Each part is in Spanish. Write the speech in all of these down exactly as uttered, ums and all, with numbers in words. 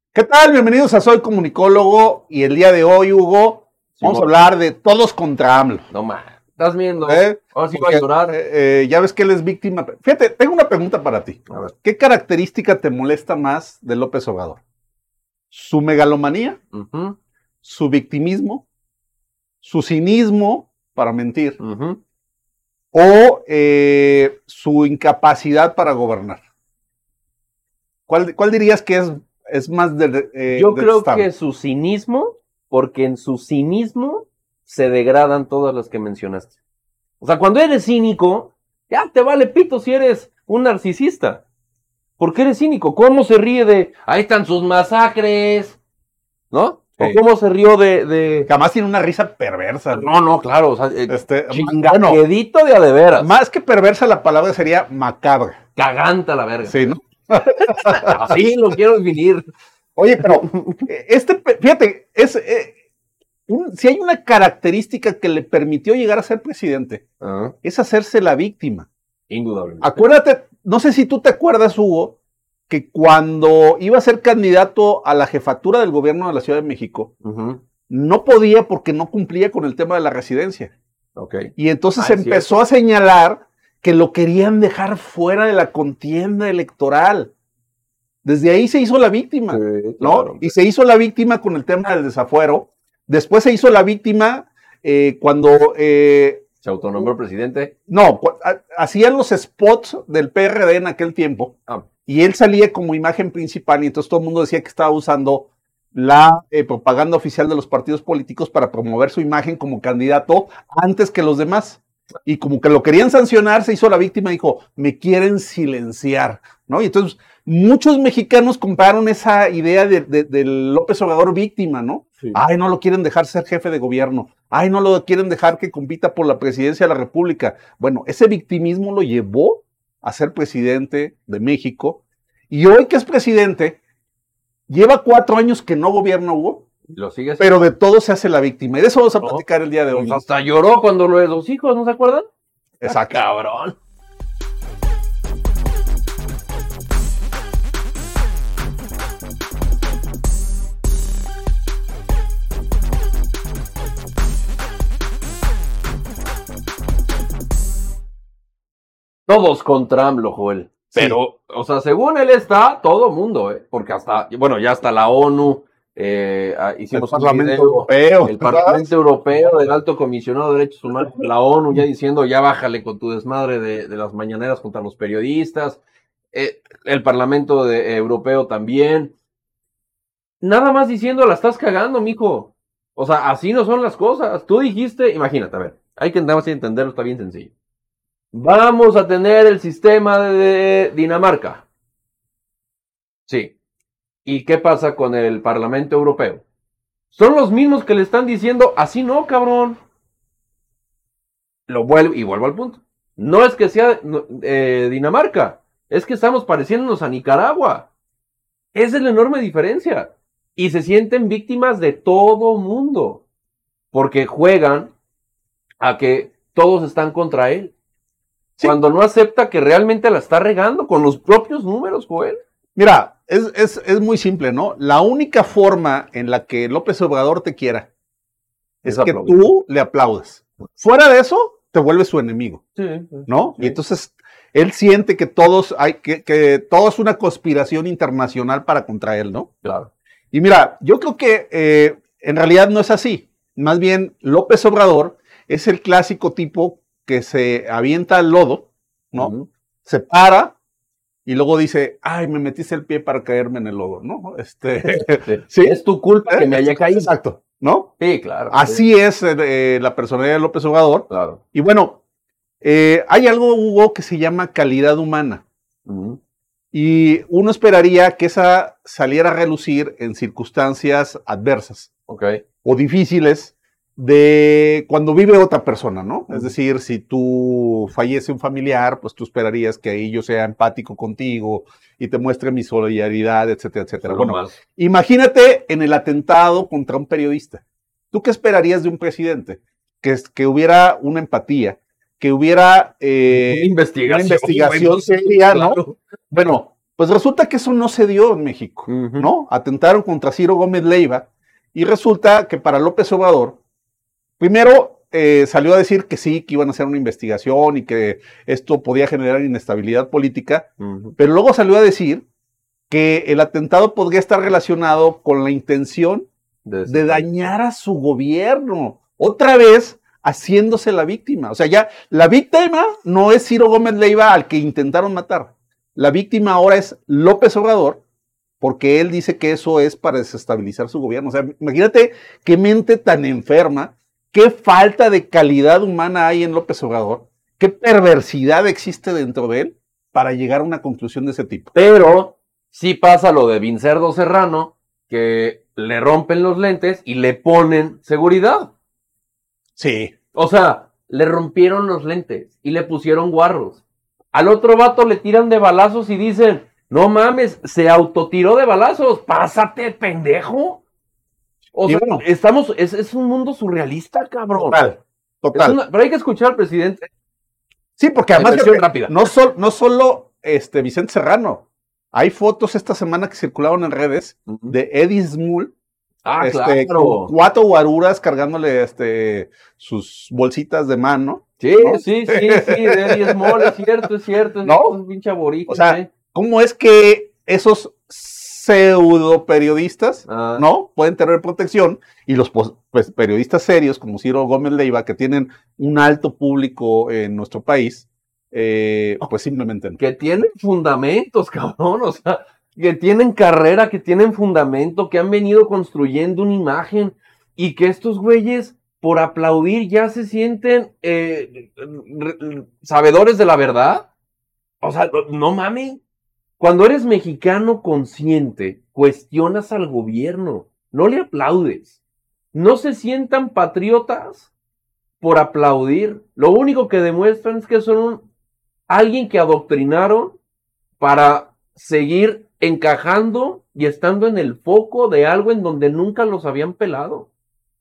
¿Qué tal? Bienvenidos a Soy Comunicólogo y el día de hoy, Hugo, sí, vamos bueno. a hablar de todos contra AMLO. No más, estás viendo, ¿Eh? ahora sí va a llorar. Eh, eh, ya ves que él es víctima. Fíjate, tengo una pregunta para ti. A ver. ¿Qué característica te molesta más de López Obrador? ¿Su megalomanía? Uh-huh. ¿Su victimismo? ¿Su cinismo para mentir? Uh-huh. ¿O eh, su incapacidad para gobernar? ¿Cuál, cuál dirías que es, es más de, eh, Yo creo que su cinismo, porque en su cinismo se degradan todas las que mencionaste. O sea, cuando eres cínico, ya te vale pito si eres un narcisista. ¿Por qué eres cínico? ¿Cómo se ríe de, ahí están sus masacres? ¿No? Sí. ¿O cómo se rió de, de... Jamás tiene una risa perversa. No, no, claro. O sea, este, chingaquedito bueno, de a de veras. Más que perversa, la palabra sería macabra. Caganta la verga. Sí, ¿no? Así lo quiero definir. Oye, pero este, fíjate, es, eh, un, si hay una característica que le permitió llegar a ser presidente, uh-huh. es hacerse la víctima. Indudablemente. Acuérdate, no sé si tú te acuerdas, Hugo, que cuando iba a ser candidato a la jefatura del gobierno de la Ciudad de México, uh-huh. no podía porque no cumplía con el tema de la residencia. Okay. Y entonces ah, empezó cierto. a señalar que lo querían dejar fuera de la contienda electoral. Desde ahí se hizo la víctima, sí, ¿no? claro. Y se hizo la víctima con el tema del desafuero. Después se hizo la víctima eh, cuando... Eh, ¿Se autonombró presidente? No, hacían los spots del P R D en aquel tiempo. Ah. Y él salía como imagen principal y entonces todo el mundo decía que estaba usando la eh, propaganda oficial de los partidos políticos para promover su imagen como candidato antes que los demás. Y como que lo querían sancionar, se hizo la víctima y dijo, me quieren silenciar, ¿no? Y entonces muchos mexicanos compraron esa idea de, de, de López Obrador víctima, ¿no? Sí. Ay, no lo quieren dejar ser jefe de gobierno. Ay, no lo quieren dejar que compita por la presidencia de la República. Bueno, ese victimismo lo llevó a ser presidente de México. Y hoy que es presidente, lleva cuatro años que no gobierna, Hugo. Lo sigues. Pero de todo se hace la víctima. Y de eso vamos a platicar el día de hoy. Pues hasta lloró cuando lo de los hijos, ¿no se acuerdan? Exacto. Ah, cabrón. Todos contra AMLO, Joel. Sí. Pero, o sea, según él está, todo mundo, ¿eh? Porque hasta, bueno, ya hasta la ONU, eh, hicimos el Parlamento video, Europeo. El Parlamento Europeo del Alto Comisionado de Derechos Humanos, la ONU ya diciendo, ya bájale con tu desmadre de, de las mañaneras contra los periodistas, eh, el Parlamento de, eh, Europeo también. Nada más diciendo, la estás cagando, mijo. O sea, así no son las cosas. Tú dijiste, imagínate, a ver, hay que entenderlo, está bien sencillo. Vamos a tener el sistema de Dinamarca. Sí. ¿Y qué pasa con el Parlamento Europeo? Son los mismos que le están diciendo, así no, cabrón. Lo vuelvo, y vuelvo al punto. No es que sea eh, Dinamarca, es que estamos pareciéndonos a Nicaragua. Esa es la enorme diferencia. Y se sienten víctimas de todo mundo. Porque juegan a que todos están contra él. Sí. Cuando no acepta que realmente la está regando con los propios números, Joel. Mira, es, es, es muy simple, ¿no? La única forma en la que López Obrador te quiera es, es que aplaudir. Tú le aplaudas. Fuera de eso, te vuelves su enemigo, sí, ¿no? Sí. Y entonces él siente que todos hay, que, que todo es una conspiración internacional para contra él, ¿no? Claro. Y mira, yo creo que eh, en realidad no es así. Más bien, López Obrador es el clásico tipo que se avienta al lodo, ¿no? Uh-huh. Se para y luego dice, ay, me metiste el pie para caerme en el lodo, ¿no? Este, sí. ¿Sí? Es tu culpa que me haya caído. Exacto, ¿no? Sí, claro. Así sí. es eh, la personalidad de López Obrador. Claro. Y bueno, eh, hay algo, Hugo, que se llama calidad humana. Uh-huh. Y uno esperaría que esa saliera a relucir en circunstancias adversas. Okay. O difíciles de cuando vive otra persona, ¿no? Uh-huh. Es decir, si tú fallece un familiar, pues tú esperarías que ahí yo sea empático contigo y te muestre mi solidaridad, etcétera, etcétera. Bueno, más. Imagínate en el atentado contra un periodista. ¿Tú qué esperarías de un presidente? Que, que hubiera una empatía, que hubiera eh, una investigación, una investigación seria, ¿no? Claro. Bueno, Pues resulta que eso no se dio en México, uh-huh. ¿no? Atentaron contra Ciro Gómez Leiva y resulta que para López Obrador, primero eh, salió a decir que sí, que iban a hacer una investigación y que esto podía generar inestabilidad política, uh-huh. pero luego salió a decir que el atentado podría estar relacionado con la intención de, de dañar a su gobierno, otra vez haciéndose la víctima. O sea, ya la víctima no es Ciro Gómez Leiva al que intentaron matar. La víctima ahora es López Obrador, porque él dice que eso es para desestabilizar su gobierno. O sea, imagínate qué mente tan enferma, qué falta de calidad humana hay en López Obrador, qué perversidad existe dentro de él para llegar a una conclusión de ese tipo. Pero sí pasa lo de Vincerdo Serrano, que le rompen los lentes y le ponen seguridad. Sí. O sea, le rompieron los lentes y le pusieron guarros. Al otro vato le tiran de balazos y dicen, no mames, se autotiró de balazos, pásate, pendejo. O sea, bueno, estamos, es, es un mundo surrealista, cabrón. Total, total. Una, pero hay que escuchar al presidente. Sí, porque además que, no, sol, no solo este, Vicente Serrano, hay fotos esta semana que circularon en redes uh-huh. de Eddie Smul, ah, este, claro. con cuatro guaruras cargándole este, sus bolsitas de mano. Sí, ¿no? sí, sí, sí, de Eddie Small, es cierto, es cierto, es ¿no? un pinche aborigen. O sea, ¿eh? ¿Cómo es que esos pseudo periodistas, ah. ¿no? pueden tener protección y los pues, periodistas serios como Ciro Gómez Leiva, que tienen un alto público en nuestro país, eh, pues simplemente no. Que tienen fundamentos, cabrón, o sea, que tienen carrera, que tienen fundamento, que han venido construyendo una imagen y que estos güeyes por aplaudir ya se sienten eh, sabedores de la verdad. O sea, no mames. Cuando eres mexicano consciente, cuestionas al gobierno, no le aplaudes. No se sientan patriotas por aplaudir. Lo único que demuestran es que son un, alguien que adoctrinaron para seguir encajando y estando en el foco de algo en donde nunca los habían pelado.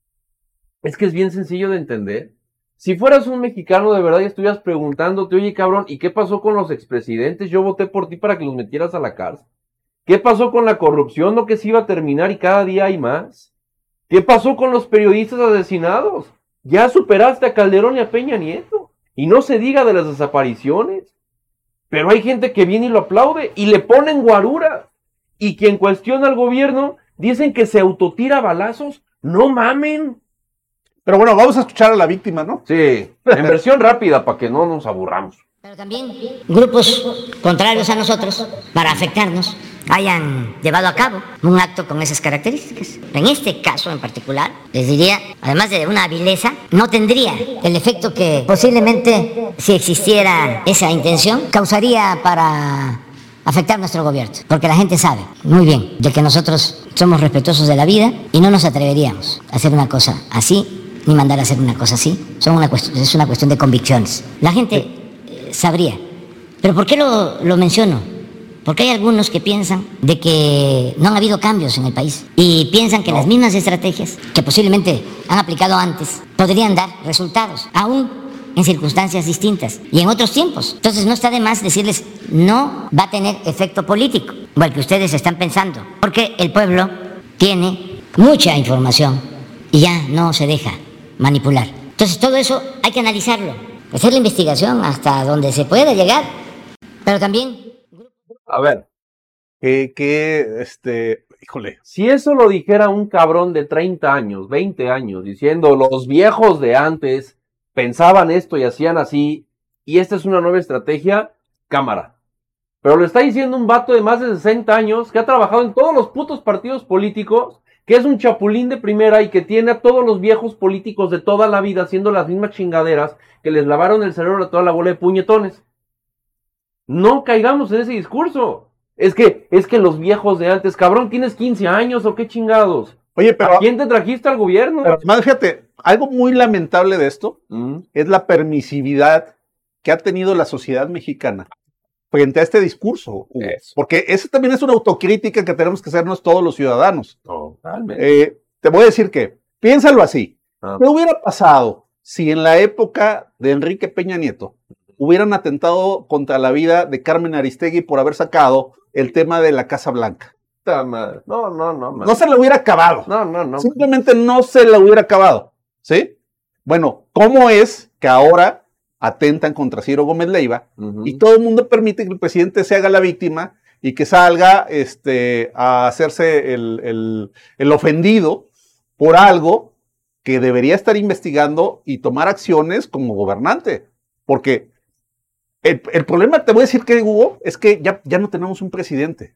Es que es bien sencillo de entender. Si fueras un mexicano de verdad y estuvieras preguntándote, oye cabrón, ¿y qué pasó con los expresidentes? Yo voté por ti para que los metieras a la cárcel. ¿Qué pasó con la corrupción? ¿No que se iba a terminar y cada día hay más? ¿Qué pasó con los periodistas asesinados? Ya superaste a Calderón y a Peña Nieto. Y no se diga de las desapariciones. Pero hay gente que viene y lo aplaude y le ponen guarura. Y quien cuestiona al gobierno, dicen que se autotira balazos. ¡No mamen! Pero bueno, vamos a escuchar a la víctima, ¿no? Sí, en versión rápida para que no nos aburramos. Pero también grupos contrarios a nosotros, para afectarnos, hayan llevado a cabo un acto con esas características. En este caso en particular, les diría, además de una vileza, no tendría el efecto que posiblemente, si existiera esa intención, causaría para afectar nuestro gobierno. Porque la gente sabe muy bien de que nosotros somos respetuosos de la vida y no nos atreveríamos a hacer una cosa así, ni mandar a hacer una cosa así. Son una cuestión, es una cuestión de convicciones. La gente eh, sabría. ¿Pero por qué lo, lo menciono? Porque hay algunos que piensan de que no han habido cambios en el país y piensan que no. Las mismas estrategias que posiblemente han aplicado antes podrían dar resultados, aún en circunstancias distintas y en otros tiempos. Entonces no está de más decirles, no va a tener efecto político, o el que ustedes están pensando, porque el pueblo tiene mucha información y ya no se deja manipular. Entonces todo eso hay que analizarlo, hacer la investigación hasta donde se pueda llegar, pero también... A ver, que, que, este, híjole. Si eso lo dijera un cabrón de treinta años, veinte años, diciendo los viejos de antes pensaban esto y hacían así, y esta es una nueva estrategia, cámara. Pero lo está diciendo un vato de más de sesenta años que ha trabajado en todos los putos partidos políticos, que es un chapulín de primera y que tiene a todos los viejos políticos de toda la vida haciendo las mismas chingaderas que les lavaron el cerebro a toda la bola de puñetones. No caigamos en ese discurso. Es que, es que los viejos de antes, cabrón, ¿tienes quince años o qué chingados? Oye, pero... ¿A quién te trajiste al gobierno? Pero, además, fíjate, algo muy lamentable de esto mm. es la permisividad que ha tenido la sociedad mexicana frente a este discurso, Hugo. Porque esa también es una autocrítica que tenemos que hacernos todos los ciudadanos. Totalmente. Eh, te voy a decir que, piénsalo así, ah. ¿qué hubiera pasado si en la época de Enrique Peña Nieto hubieran atentado contra la vida de Carmen Aristegui por haber sacado el tema de la Casa Blanca. No, no, no. Man. No se le hubiera acabado. No, no, no. Simplemente no se le hubiera acabado. ¿Sí? Bueno, ¿cómo es que ahora atentan contra Ciro Gómez Leiva uh-huh. y todo el mundo permite que el presidente se haga la víctima y que salga este, a hacerse el, el, el ofendido por algo que debería estar investigando y tomar acciones como gobernante? Porque el, el problema, te voy a decir que, Hugo, es que ya, ya no tenemos un presidente.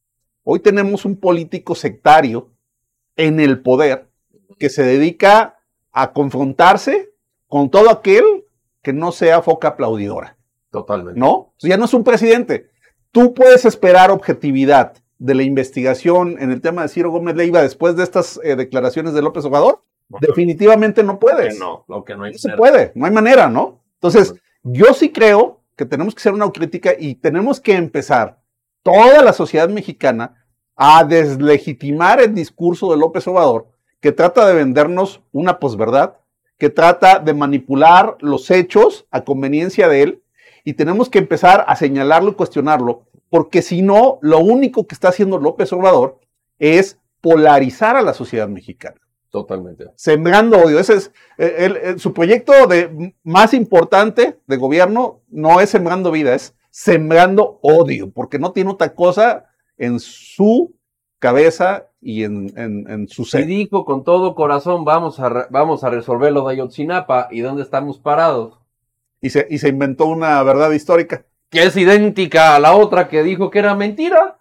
Hoy tenemos un político sectario en el poder que se dedica a confrontarse con todo aquel que no sea foca aplaudidora. Totalmente. ¿No? Ya no es un presidente. Tú puedes esperar objetividad de la investigación en el tema de Ciro Gómez Leiva después de estas eh, declaraciones de López Obrador. No, definitivamente no puedes. Que no, lo que no hay no se puede, no hay manera, ¿no? Entonces, yo sí creo que tenemos que hacer una autocrítica y tenemos que empezar toda la sociedad mexicana a deslegitimar el discurso de López Obrador, que trata de vendernos una posverdad, que trata de manipular los hechos a conveniencia de él, y tenemos que empezar a señalarlo y cuestionarlo, porque si no, lo único que está haciendo López Obrador es polarizar a la sociedad mexicana. Totalmente. Sembrando odio. Ese es el, el, su proyecto de, más importante de gobierno, no es sembrando vida, es sembrando odio, porque no tiene otra cosa en su cabeza y en, en, en su ser. Y dijo con todo corazón, vamos a, re, vamos a resolver lo de Ayotzinapa, ¿y dónde estamos parados? Y se, y se inventó una verdad histórica. Que es idéntica a la otra que dijo que era mentira.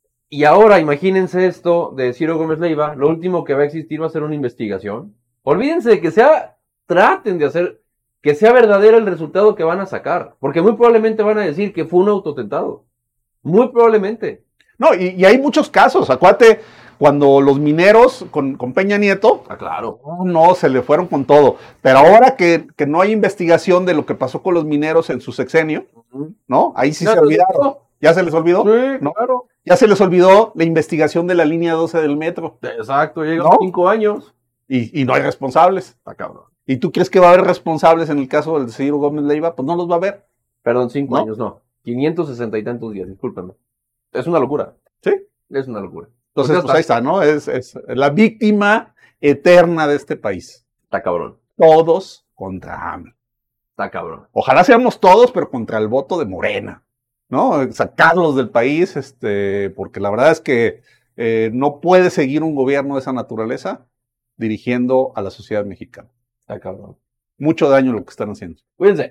Y ahora imagínense esto de Ciro Gómez Leiva, lo último que va a existir va a ser una investigación. Olvídense de que sea, traten de hacer, que sea verdadero el resultado que van a sacar, porque muy probablemente van a decir que fue un autotentado. Muy probablemente. No, y, y hay muchos casos, acuérdate, cuando los mineros con, con Peña Nieto, ah, claro. no, no, se le fueron con todo. Pero ahora que, que no hay investigación de lo que pasó con los mineros en su sexenio, uh-huh. ¿no? Ahí sí ya se olvidaron. ¿Ya se les olvidó? Sí, ¿no? Claro. Ya se les olvidó la investigación de la línea doce del metro. Exacto, llegan ¿no? cinco años. Y, y no hay responsables. Está cabrón. ¿Y tú crees que va a haber responsables en el caso del Ciro Gómez Leiva? Pues no los va a haber. Perdón, cinco ¿no? años, no. quinientos sesenta y tantos días, discúlpame. Es una locura. Sí. Es una locura. Entonces, pues, pues ahí está, ¿no? Es, es la víctima eterna de este país. Está cabrón. Todos contra AMLO. Está cabrón. Ojalá seamos todos, pero contra el voto de Morena, ¿no? Sacarlos del país, este, porque la verdad es que eh, no puede seguir un gobierno de esa naturaleza dirigiendo a la sociedad mexicana. Está cabrón. Mucho daño lo que están haciendo. Cuídense.